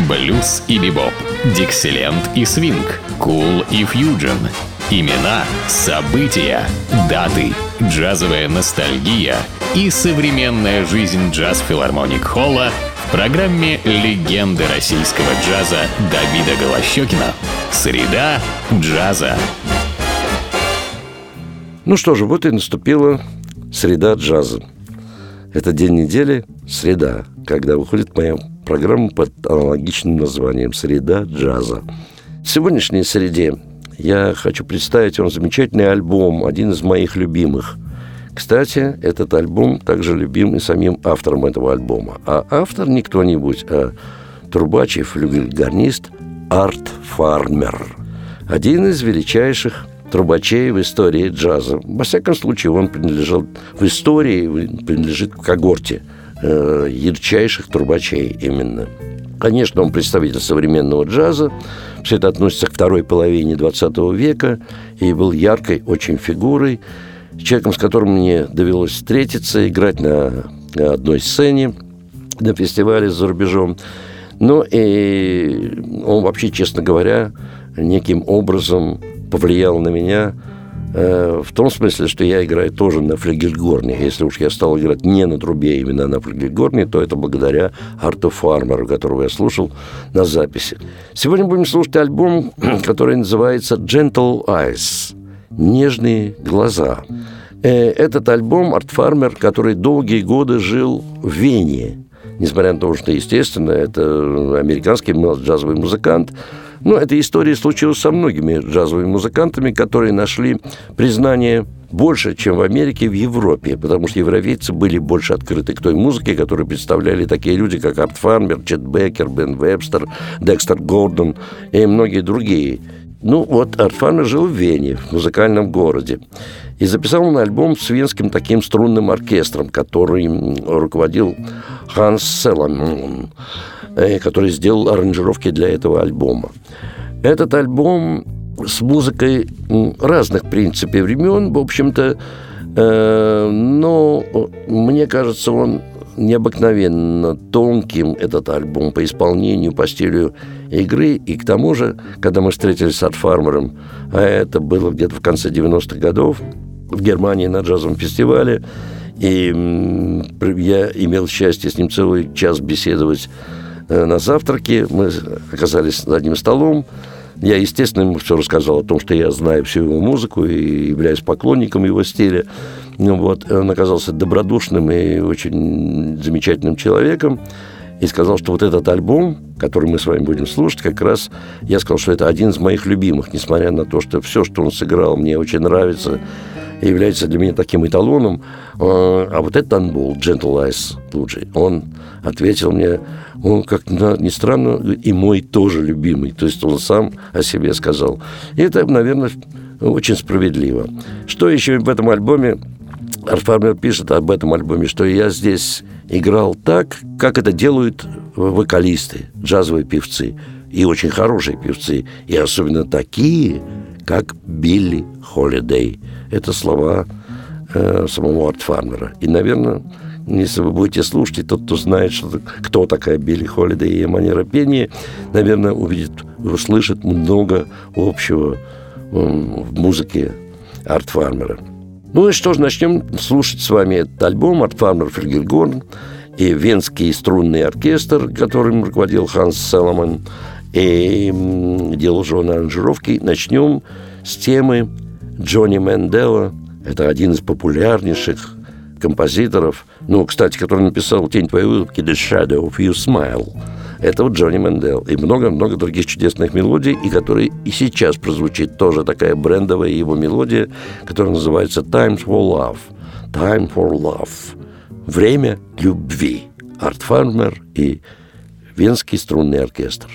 Блюз и бибоп, диксиленд и свинг, кул и фьюджен. Имена, события, даты, джазовая ностальгия и современная жизнь джаз-филармоник Холла в программе «Легенды российского джаза» Давида Голощёкина. Среда джаза. Ну что же, вот и наступила среда джаза. Это день недели, среда, когда выходит моя программа под аналогичным названием «Среда джаза». В сегодняшней среде я хочу представить вам замечательный альбом, один из моих любимых. Кстати, этот альбом также любим и самим автором этого альбома. А автор не кто-нибудь, а трубач и флюгельгорнист Арт Фармер. Один из величайших трубачей в истории джаза. Во всяком случае, он принадлежал в истории, принадлежит к когорте ярчайших трубачей именно. Конечно, он представитель современного джаза. Все это относится к второй половине XX века и был яркой очень фигурой, человеком, с которым мне довелось встретиться, играть на одной сцене на фестивале за рубежом. Ну и он вообще, честно говоря, неким образом повлиял на меня в том смысле, что я играю тоже на флюгельгорне. Если уж я стал играть не на трубе, именно на флюгельгорне, то это благодаря Арту Фармеру, которого я слушал на записи. Сегодня будем слушать альбом, который называется «Gentle Eyes» – «Нежные глаза». Этот альбом Арт Фармер, который долгие годы жил в Вене, несмотря на то, что, естественно, это американский джазовый музыкант. Но эта история случилась со многими джазовыми музыкантами, которые нашли признание больше, чем в Америке, в Европе, потому что европейцы были больше открыты к той музыке, которую представляли такие люди, как Арт Фармер, Чет Беккер, Бен Вебстер, Декстер Гордон и многие другие. Ну вот, Арт Фармер жил в Вене, в музыкальном городе. И записал он альбом с венским таким струнным оркестром, который руководил Ханс Селамон, который сделал аранжировки для этого альбома. Этот альбом с музыкой разных, в принципе, времен, в общем-то, но мне кажется, он необыкновенно тонким, этот альбом, по исполнению, по стилю игры. И к тому же, когда мы встретились с Арт Фармером, а это было где-то в конце 90-х годов, в Германии на джазовом фестивале, и я имел счастье с ним целый час беседовать на завтраке. Мы оказались за одним столом. Я, естественно, ему все рассказал о том, что я знаю всю его музыку и являюсь поклонником его стиля. Вот. Он оказался добродушным и очень замечательным человеком. И сказал, что вот этот альбом, который мы с вами будем слушать, как раз я сказал, что это один из моих любимых, несмотря на то, что все, что он сыграл, мне очень нравится и является для меня таким эталоном. А вот этот «Unbold», «Gentle Eyes» лучший, он ответил мне, он, как ни странно, и мой тоже любимый. То есть он сам о себе сказал. И это, наверное, очень справедливо. Что еще в этом альбоме? Арт Фармер пишет об этом альбоме, что я здесь играл так, как это делают вокалисты, джазовые певцы. И очень хорошие певцы. И особенно такие, как Билли Холидей. Это слова самого Арт Фармера. И, наверное, если вы будете слушать, и тот, кто знает, кто такая Билли Холидей и ее манера пения, наверное, увидит, услышит много общего в музыке Арт Фармера. Ну и что ж, начнем слушать с вами этот альбом «Арт Фармер флюгельгорн» и Венский струнный оркестр, которым руководил Ханс Селамон, и делал же он аранжировки. Начнем с темы Джонни Мендела. Это один из популярнейших композиторов, ну, кстати, который написал «Тень твоей улыбки», «The Shadow of Your Smile». Это вот Джонни Мендел. И много-много других чудесных мелодий, и которые и сейчас прозвучит тоже такая брендовая его мелодия, которая называется «Time for Love». «Time for Love». «Время любви». Арт Фармер и Венский струнный оркестр.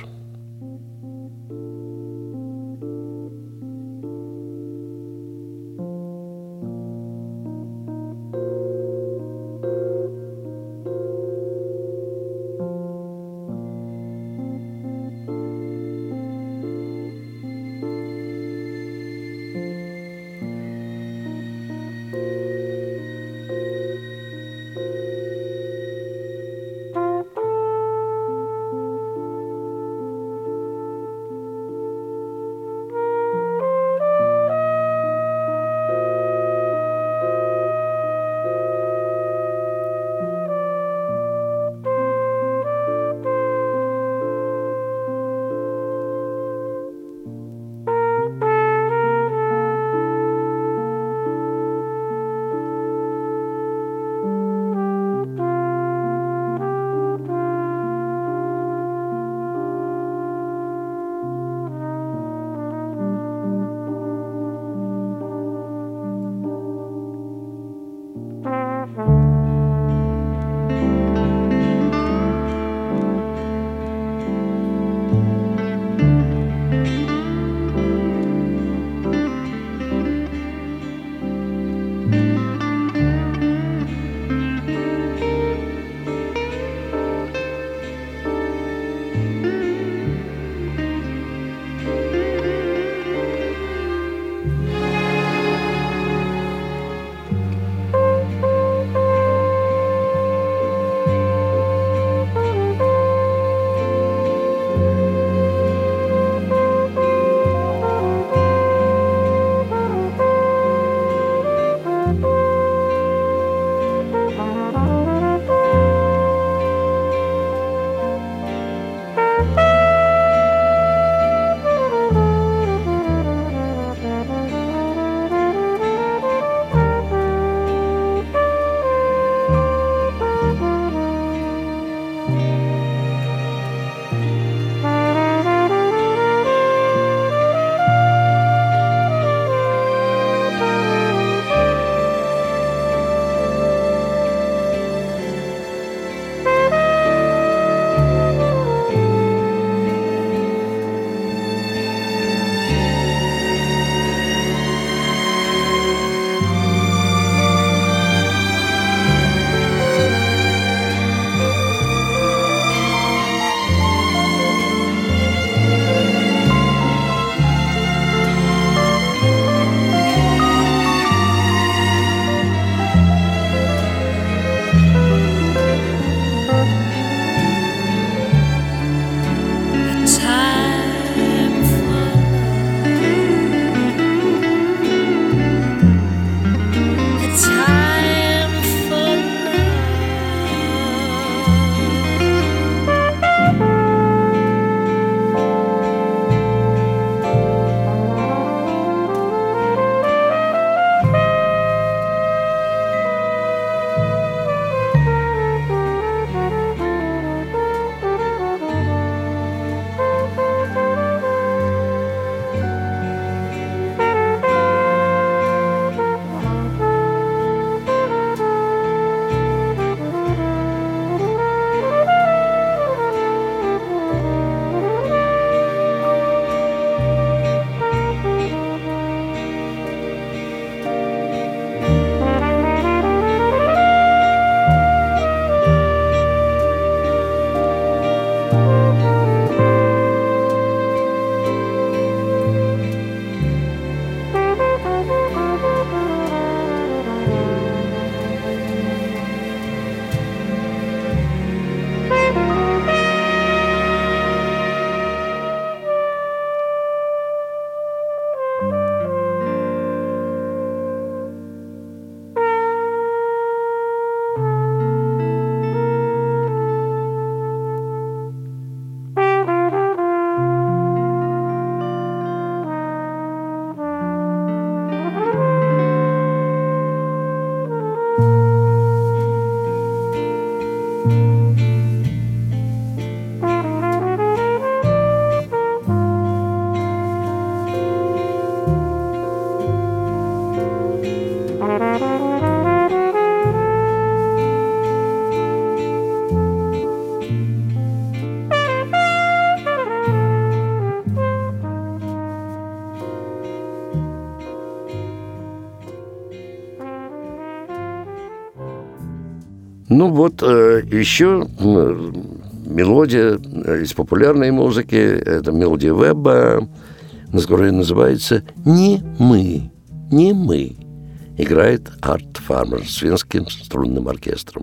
Ну вот, еще мелодия из популярной музыки, это мелодия Веба, которая называется «Не мы, не мы». Играет Арт Фармер с венским струнным оркестром.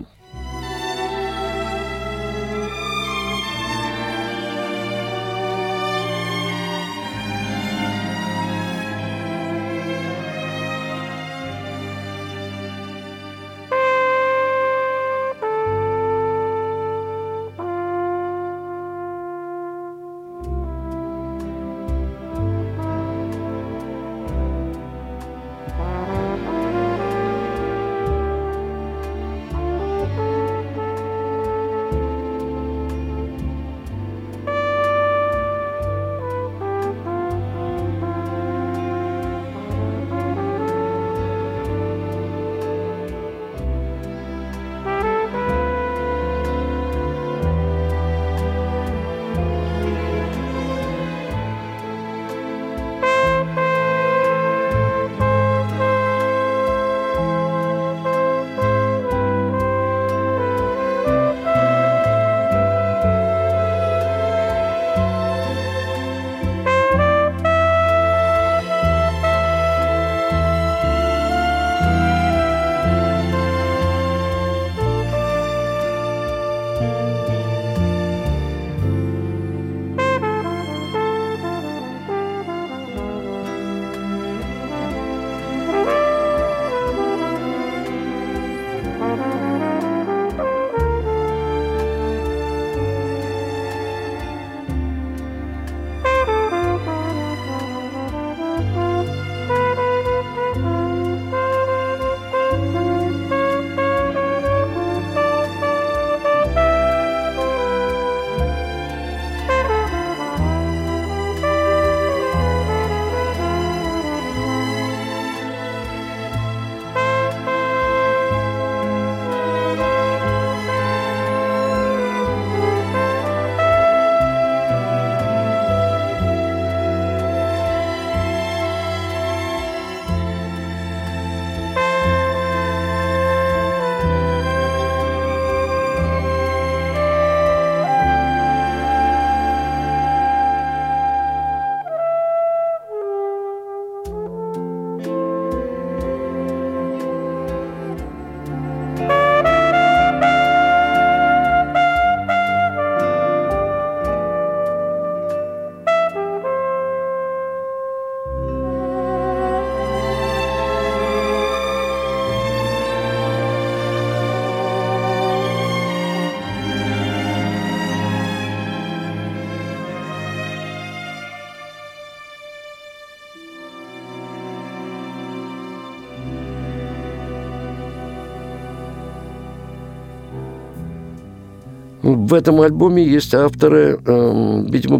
В этом альбоме есть авторы, видимо,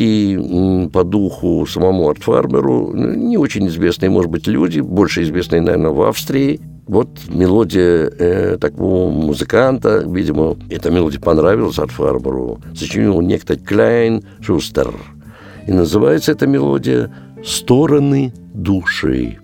близкие по духу самому Арт Фармеру, не очень известные, может быть, люди, больше известные, наверное, в Австрии. Вот мелодия такого музыканта, видимо, эта мелодия понравилась Арт Фармеру, сочинил некто Кляйн Шустер. И называется эта мелодия «Стороны души».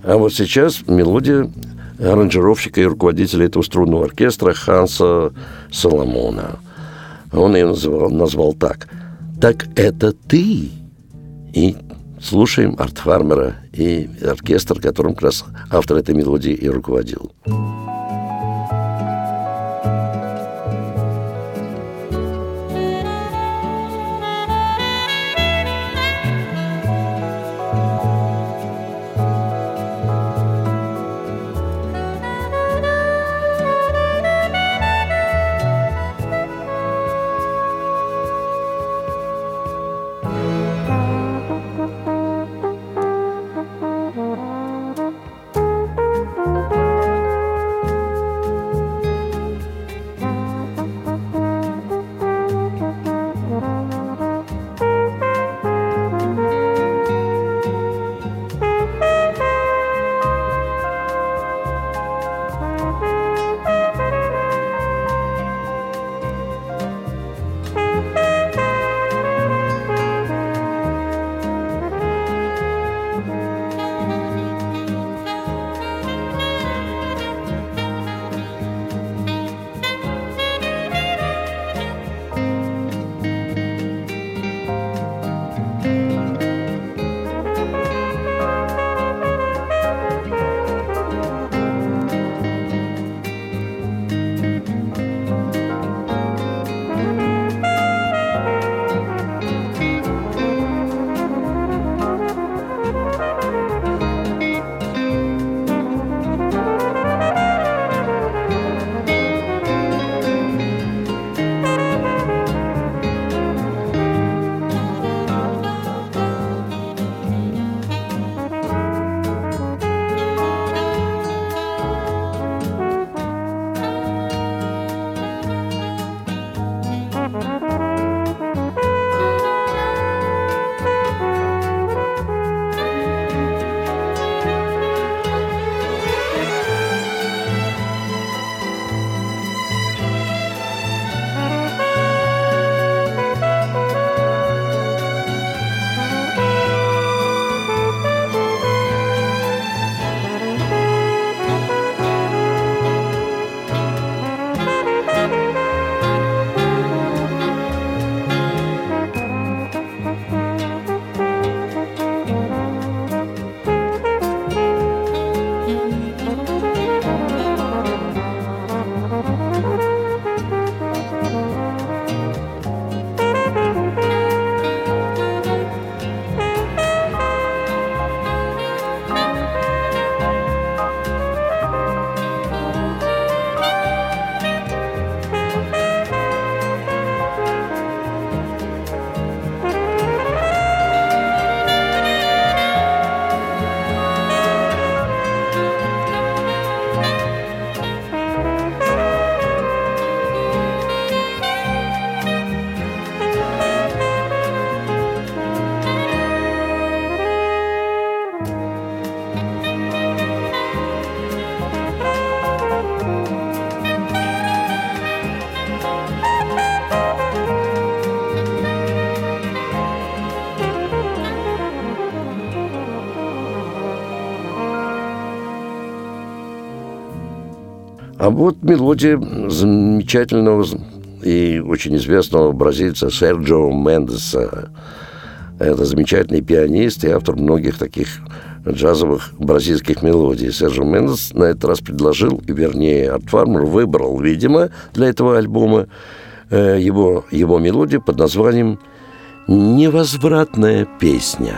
А вот сейчас мелодия аранжировщика и руководителя этого струнного оркестра Ханса Соломона. Он ее назвал так: «Так это ты?» И слушаем Арт Фармера и оркестр, которым как раз автор этой мелодии и руководил. А вот мелодия замечательного и очень известного бразильца Серджио Мендеса. Это замечательный пианист и автор многих таких джазовых бразильских мелодий. Серджио Мендес на этот раз предложил, вернее, Арт Фармер выбрал, видимо, для этого альбома его мелодию под названием «Невозвратная песня».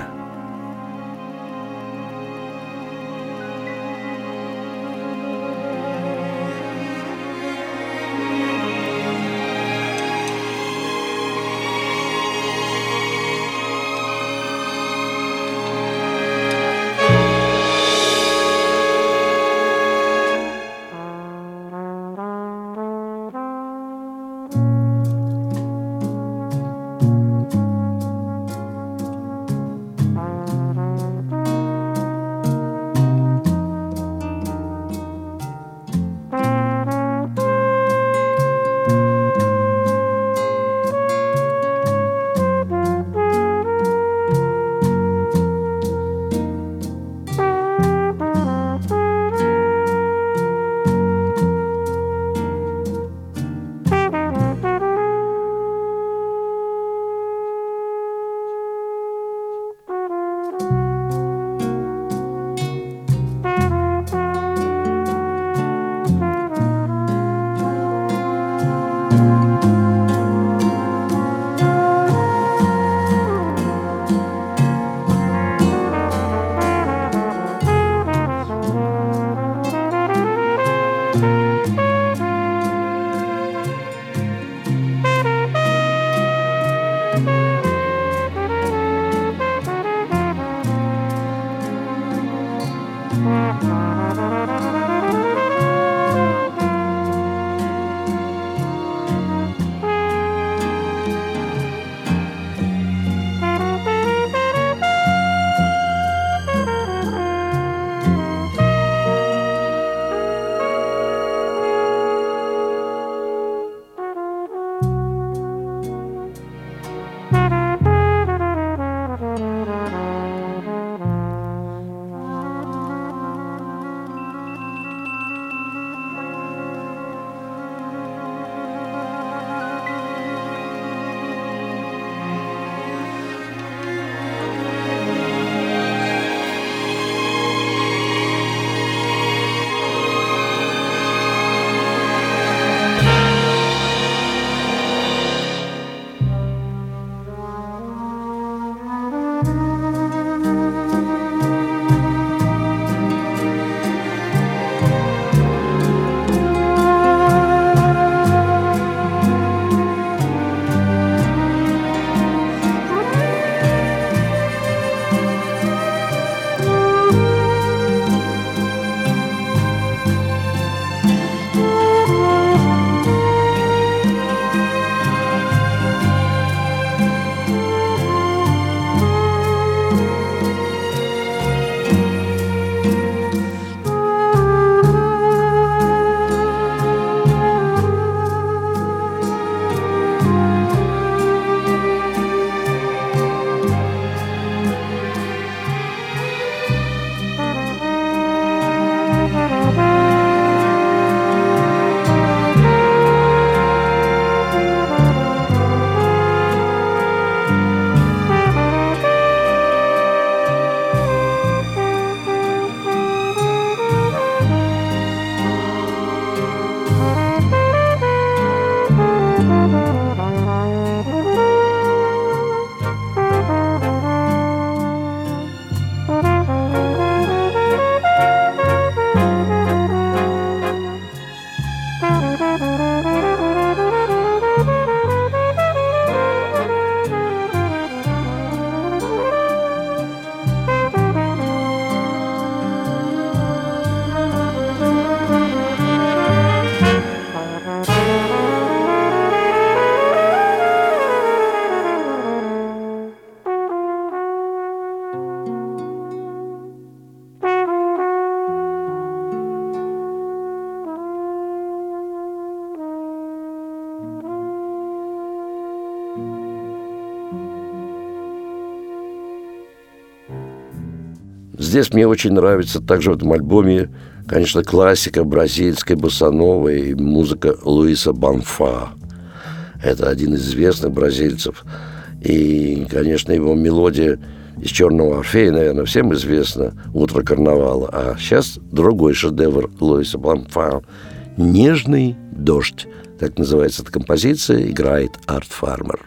Здесь мне очень нравится также в этом альбоме, конечно, классика бразильской боссановы и музыка Луиса Бонфа. Это один из известных бразильцев. И, конечно, его мелодия из «Черного Орфея», наверное, всем известна, «Утро карнавала». А сейчас другой шедевр Луиса Бонфа «Нежный дождь». Так называется эта композиция, играет Арт Фармер.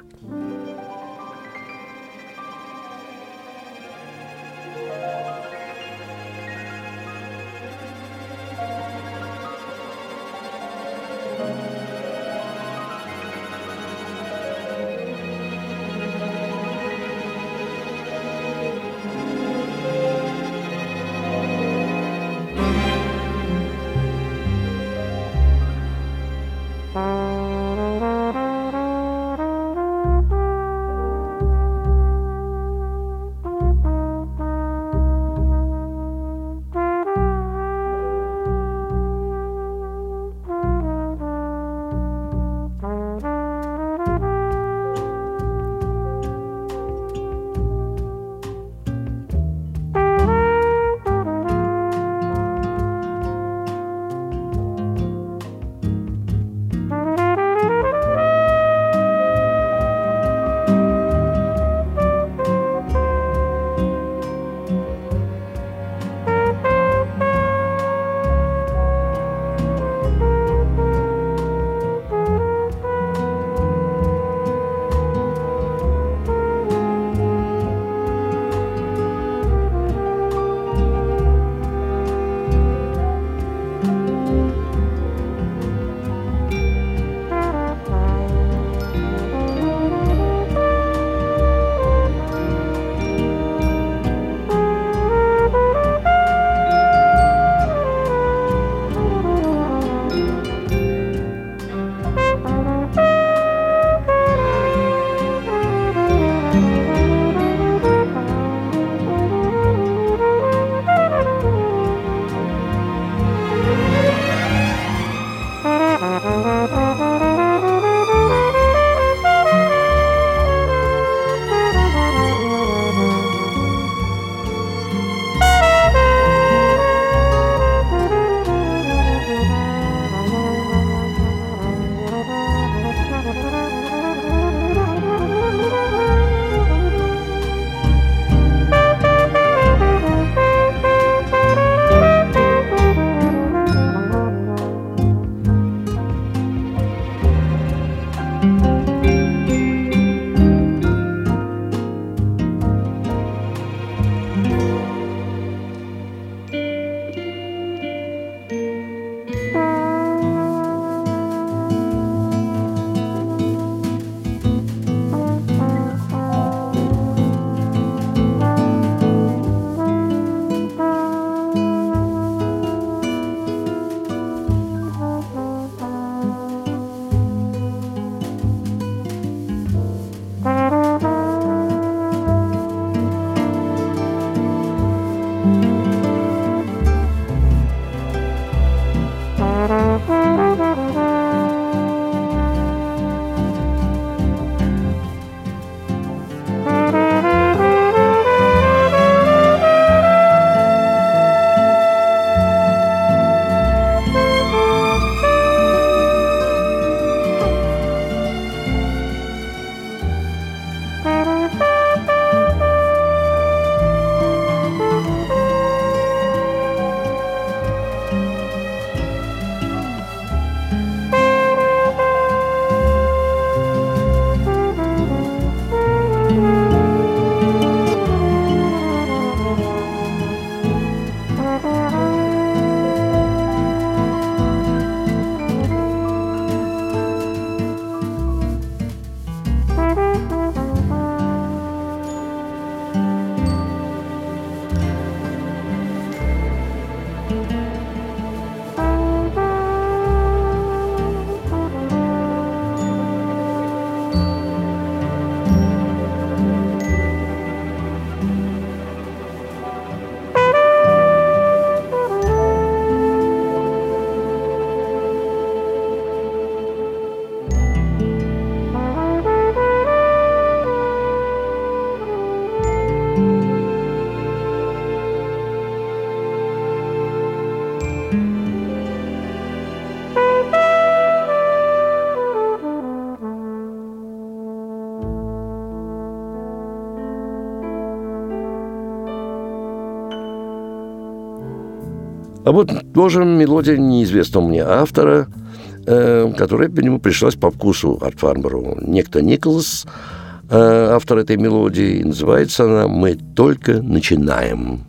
А вот тоже мелодия неизвестного мне автора, которая ему пришлась по вкусу Арт Фармеру. Некто Николас, автор этой мелодии, и называется она «Мы только начинаем».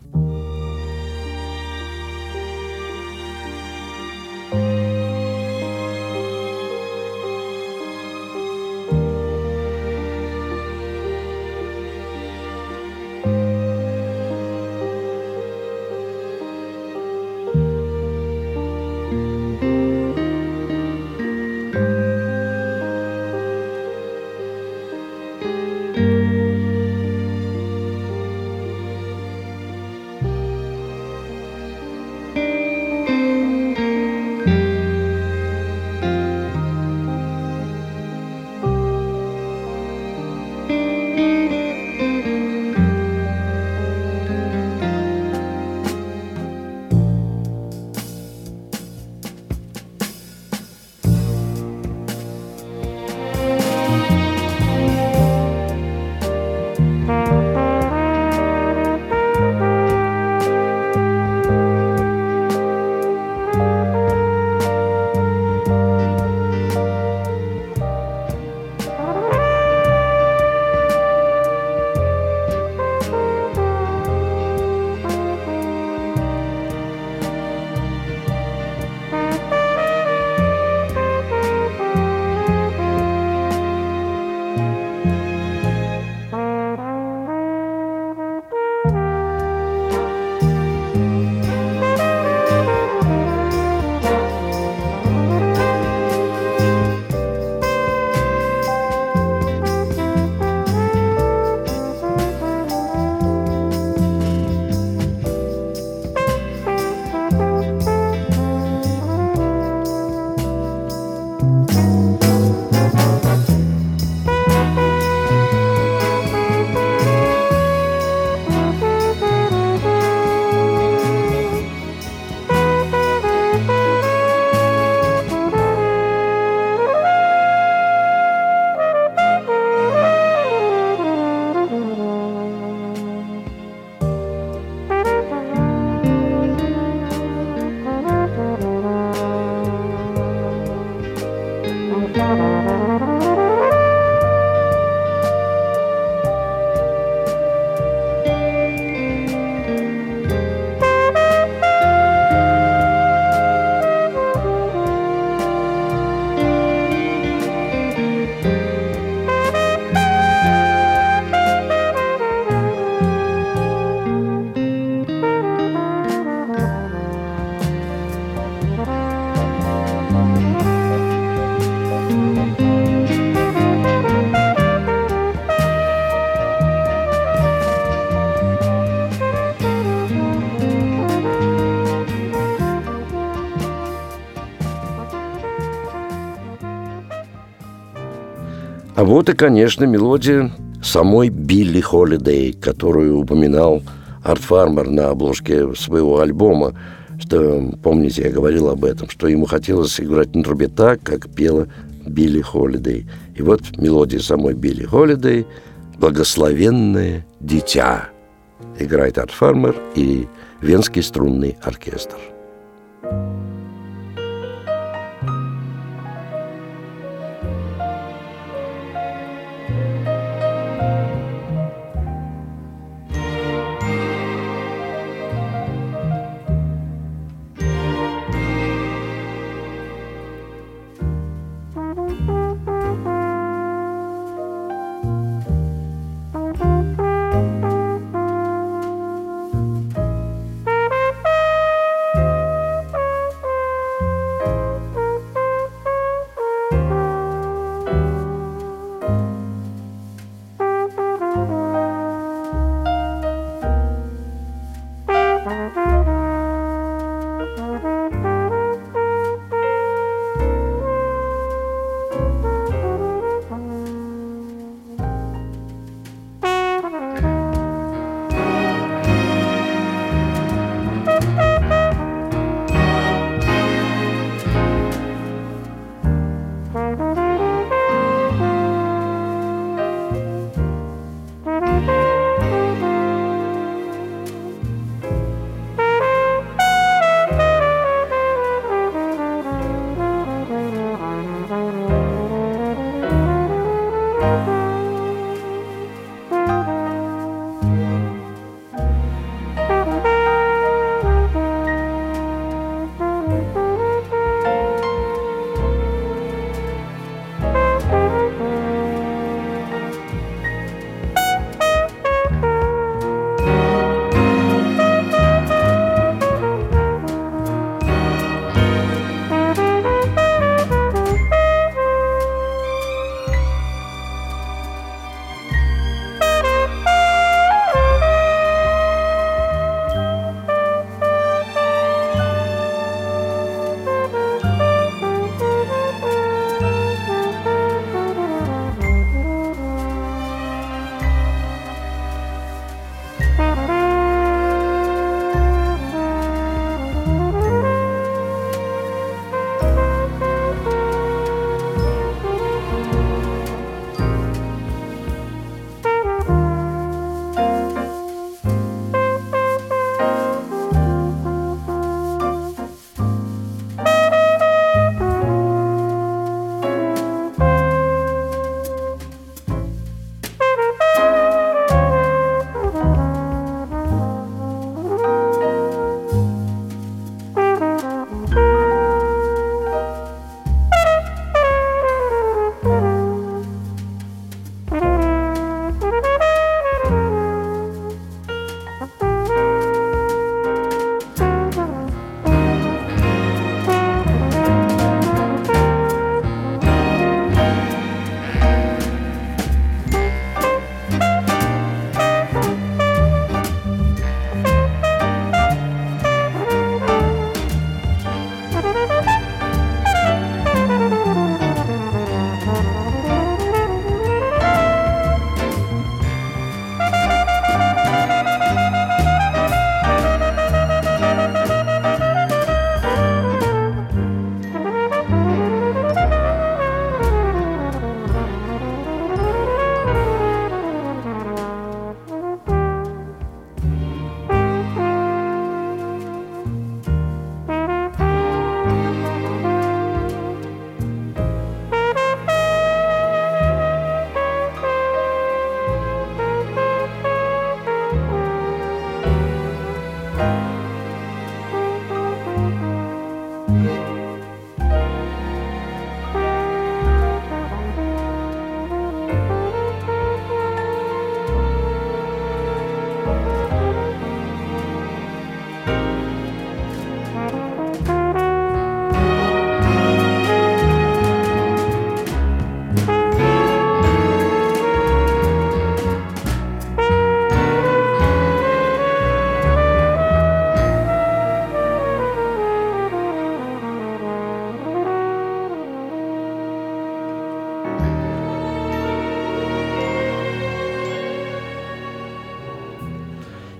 А вот и, конечно, мелодия самой Билли Холидей, которую упоминал Арт Фармер на обложке своего альбома. Что, помните, я говорил об этом, что ему хотелось играть на трубе так, как пела Билли Холидей. И вот мелодия самой Билли Холидей «Благословенное дитя» играет Арт Фармер и Венский струнный оркестр.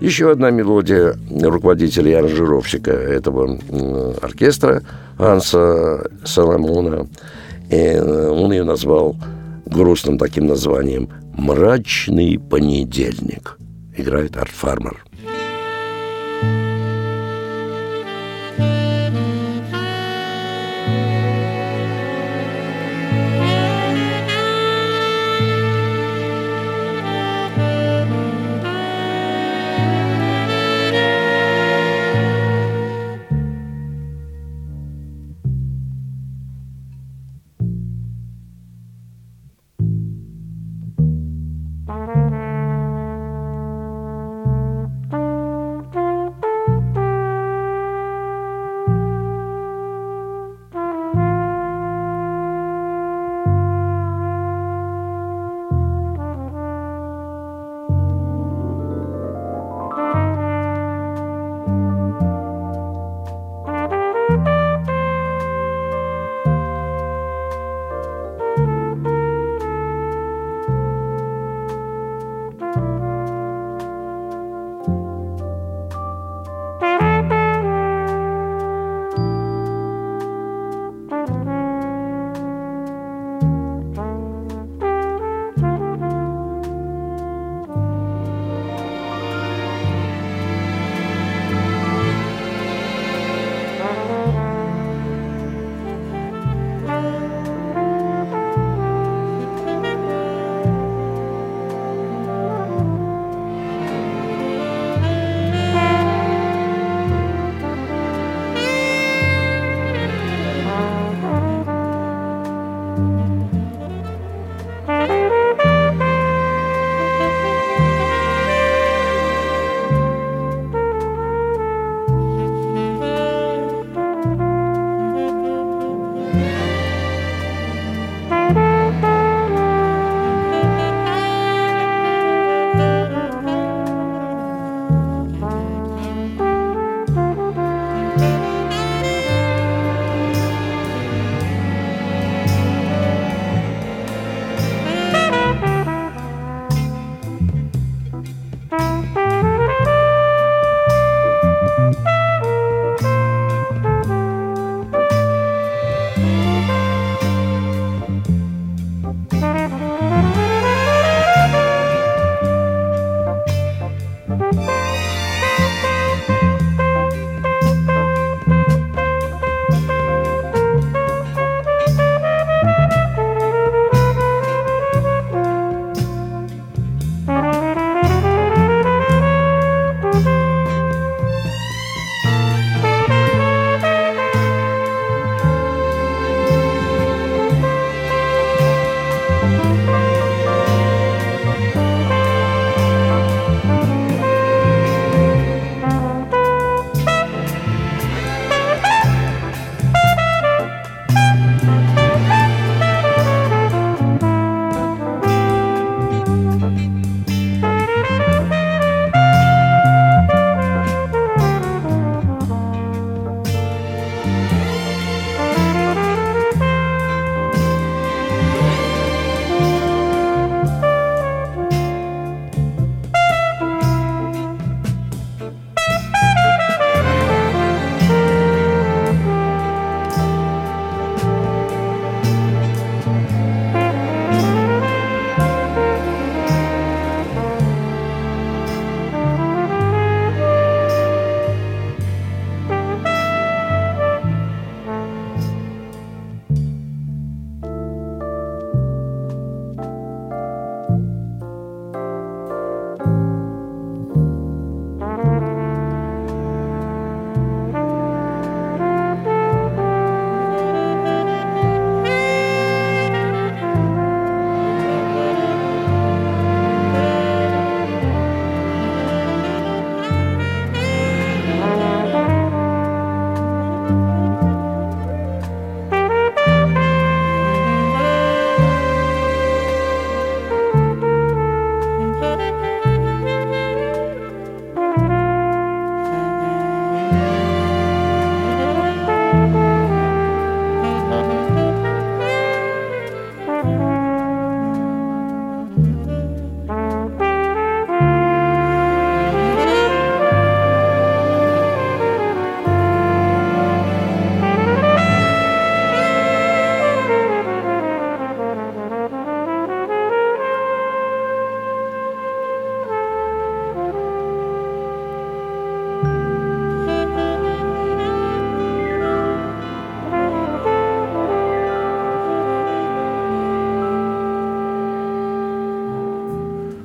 Еще одна мелодия руководителя и аранжировщика этого оркестра Ханса Соломона. И он ее назвал грустным таким названием «Мрачный понедельник». Играет Арт Фармер.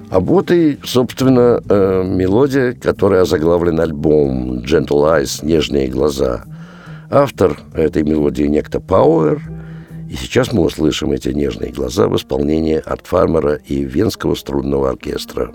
А вот и, собственно, мелодия, которая озаглавлен альбом «Gentle Eyes» «Нежные глаза». Автор этой мелодии некто Пауэр. И сейчас мы услышим эти нежные глаза в исполнении Арт Фармера и Венского струнного оркестра.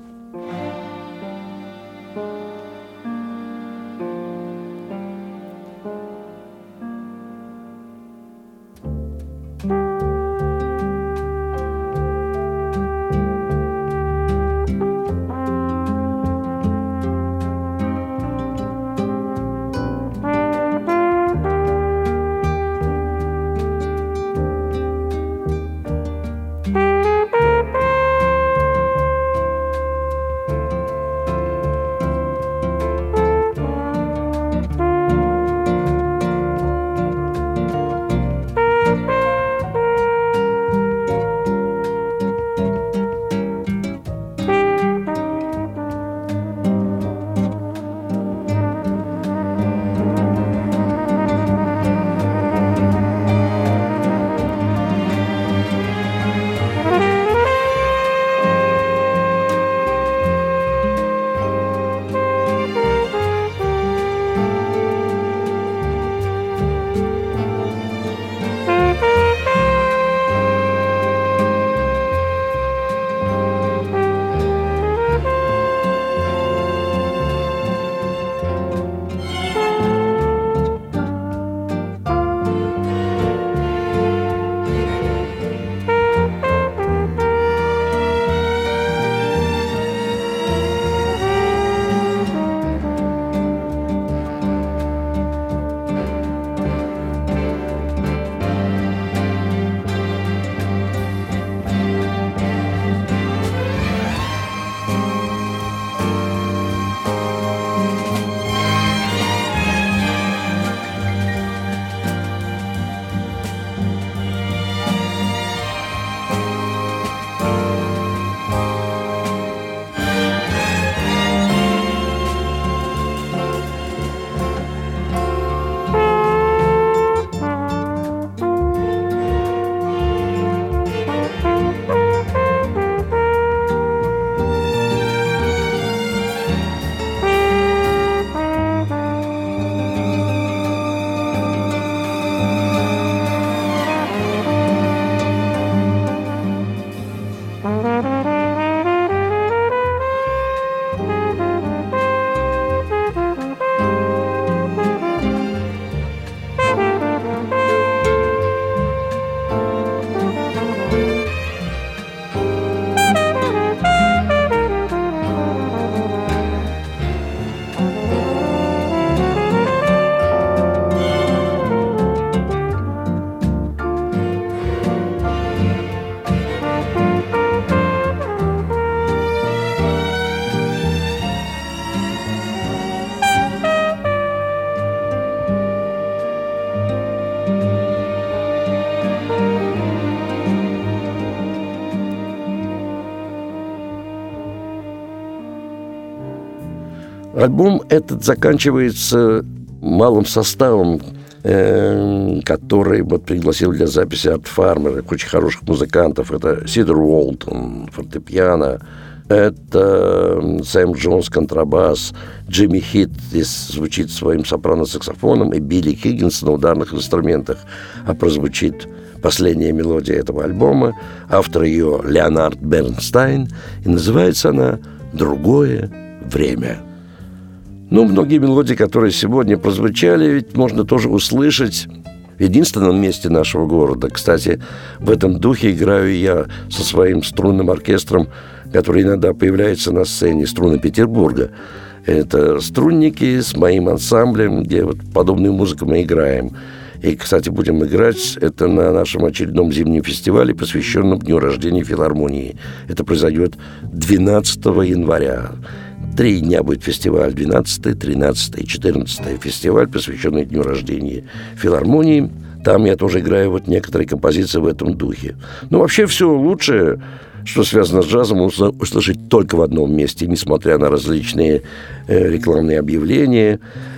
Альбом этот заканчивается малым составом, который вот пригласил для записи Арт Фармер, очень хороших музыкантов. Это Сидор Уолтон, фортепиано, это Сэм Джонс, контрабас, Джимми Хит здесь звучит своим сопрано-саксофоном, и Билли Хиггинс на ударных инструментах. А прозвучит последняя мелодия этого альбома. Автор ее Леонард Бернстайн, и называется она «Другое время». Ну, многие мелодии, которые сегодня прозвучали, ведь можно тоже услышать в единственном месте нашего города. Кстати, в этом духе играю я со своим струнным оркестром, который иногда появляется на сцене, «Струны Петербурга». Это струнники с моим ансамблем, где вот подобную музыку мы играем. И, кстати, будем играть это на нашем очередном зимнем фестивале, посвященном дню рождения филармонии. Это произойдет 12 января. 3 дня будет фестиваль: 12, 13 и 14 фестиваль, посвященный дню рождения филармонии. Там я тоже играю вот некоторые композиции в этом духе. Но вообще все лучшее, что связано с джазом, можно услышать только в одном месте, несмотря на различные рекламные объявления,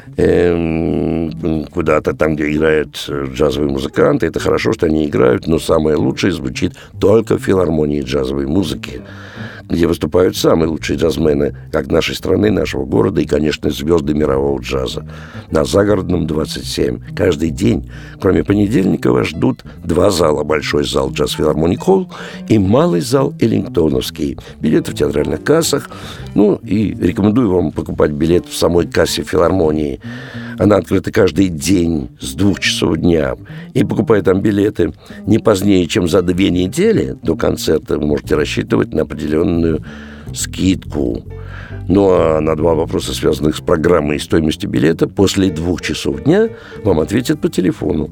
куда-то там, где играют джазовые музыканты. Это хорошо, что они играют, но самое лучшее звучит только в филармонии джазовой музыки. где выступают самые лучшие джазмены как нашей страны, нашего города и, конечно, звезды мирового джаза. На Загородном 27 каждый день, кроме понедельника, вас ждут 2 зала. Большой зал Джаз Филармоник Холл и малый зал Эллингтоновский. Билеты в театральных кассах. Ну, и рекомендую вам покупать билет в самой кассе филармонии. Она открыта каждый день с 2 часов дня. И покупая там билеты не позднее, чем за 2 недели до концерта, вы можете рассчитывать на определенную скидку. Ну, а на 2 вопроса, связанных с программой и стоимостью билета, после 2 часов дня вам ответят по телефону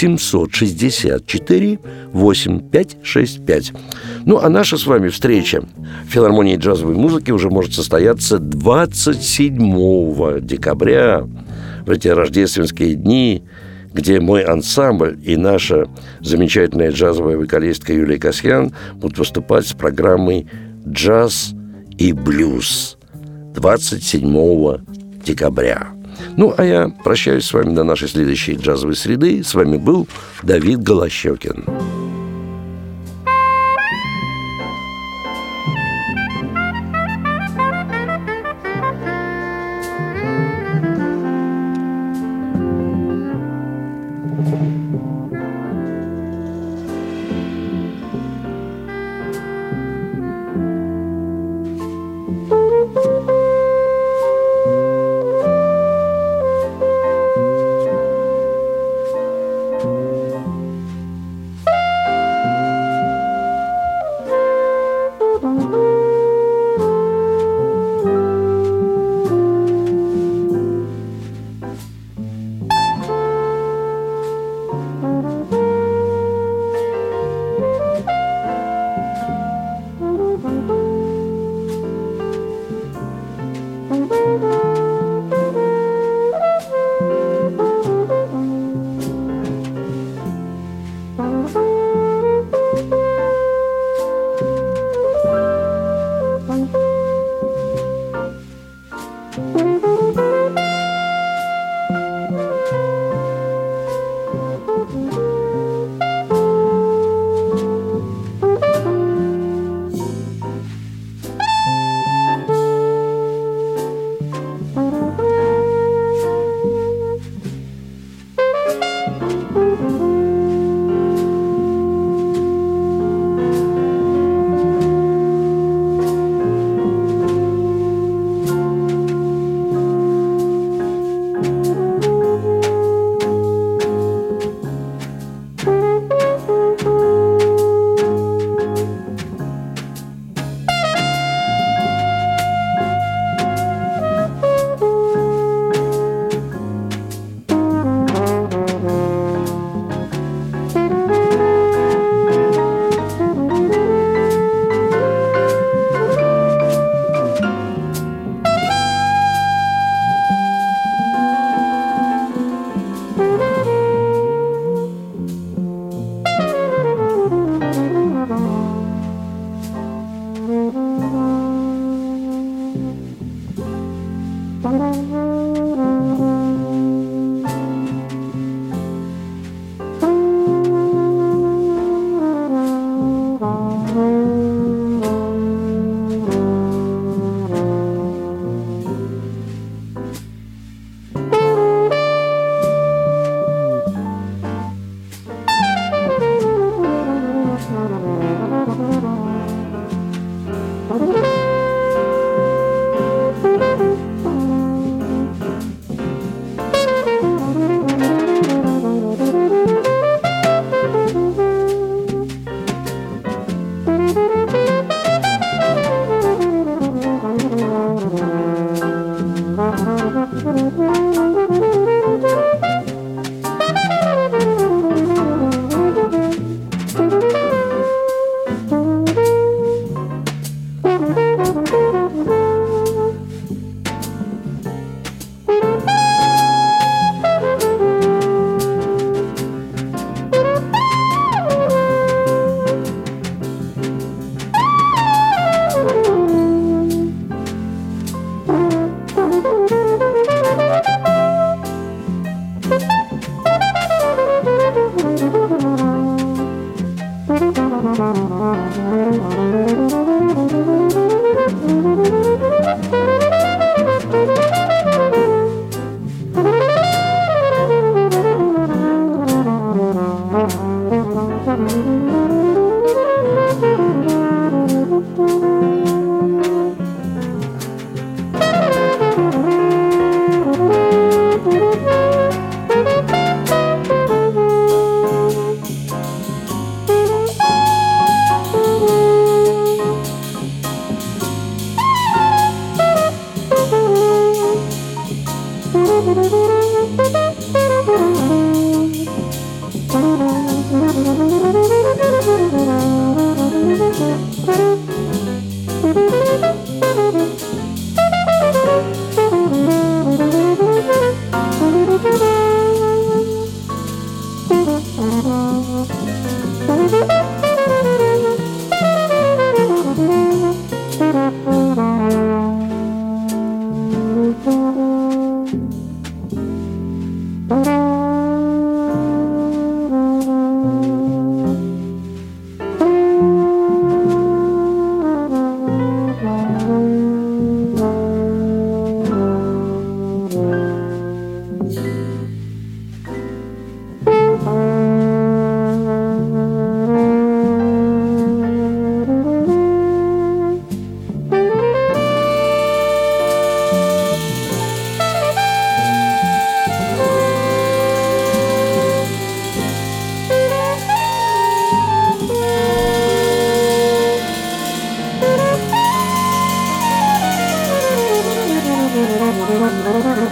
764-8565. Ну, а наша с вами встреча в филармонии джазовой музыки уже может состояться 27 декабря, в эти рождественские дни, где мой ансамбль и наша замечательная джазовая вокалистка Юлия Касьян будут выступать с программой «Джаз и блюз» 27 декабря. Ну, а я прощаюсь с вами до нашей следующей джазовой среды. С вами был Давид Голощёкин.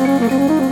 Thank you.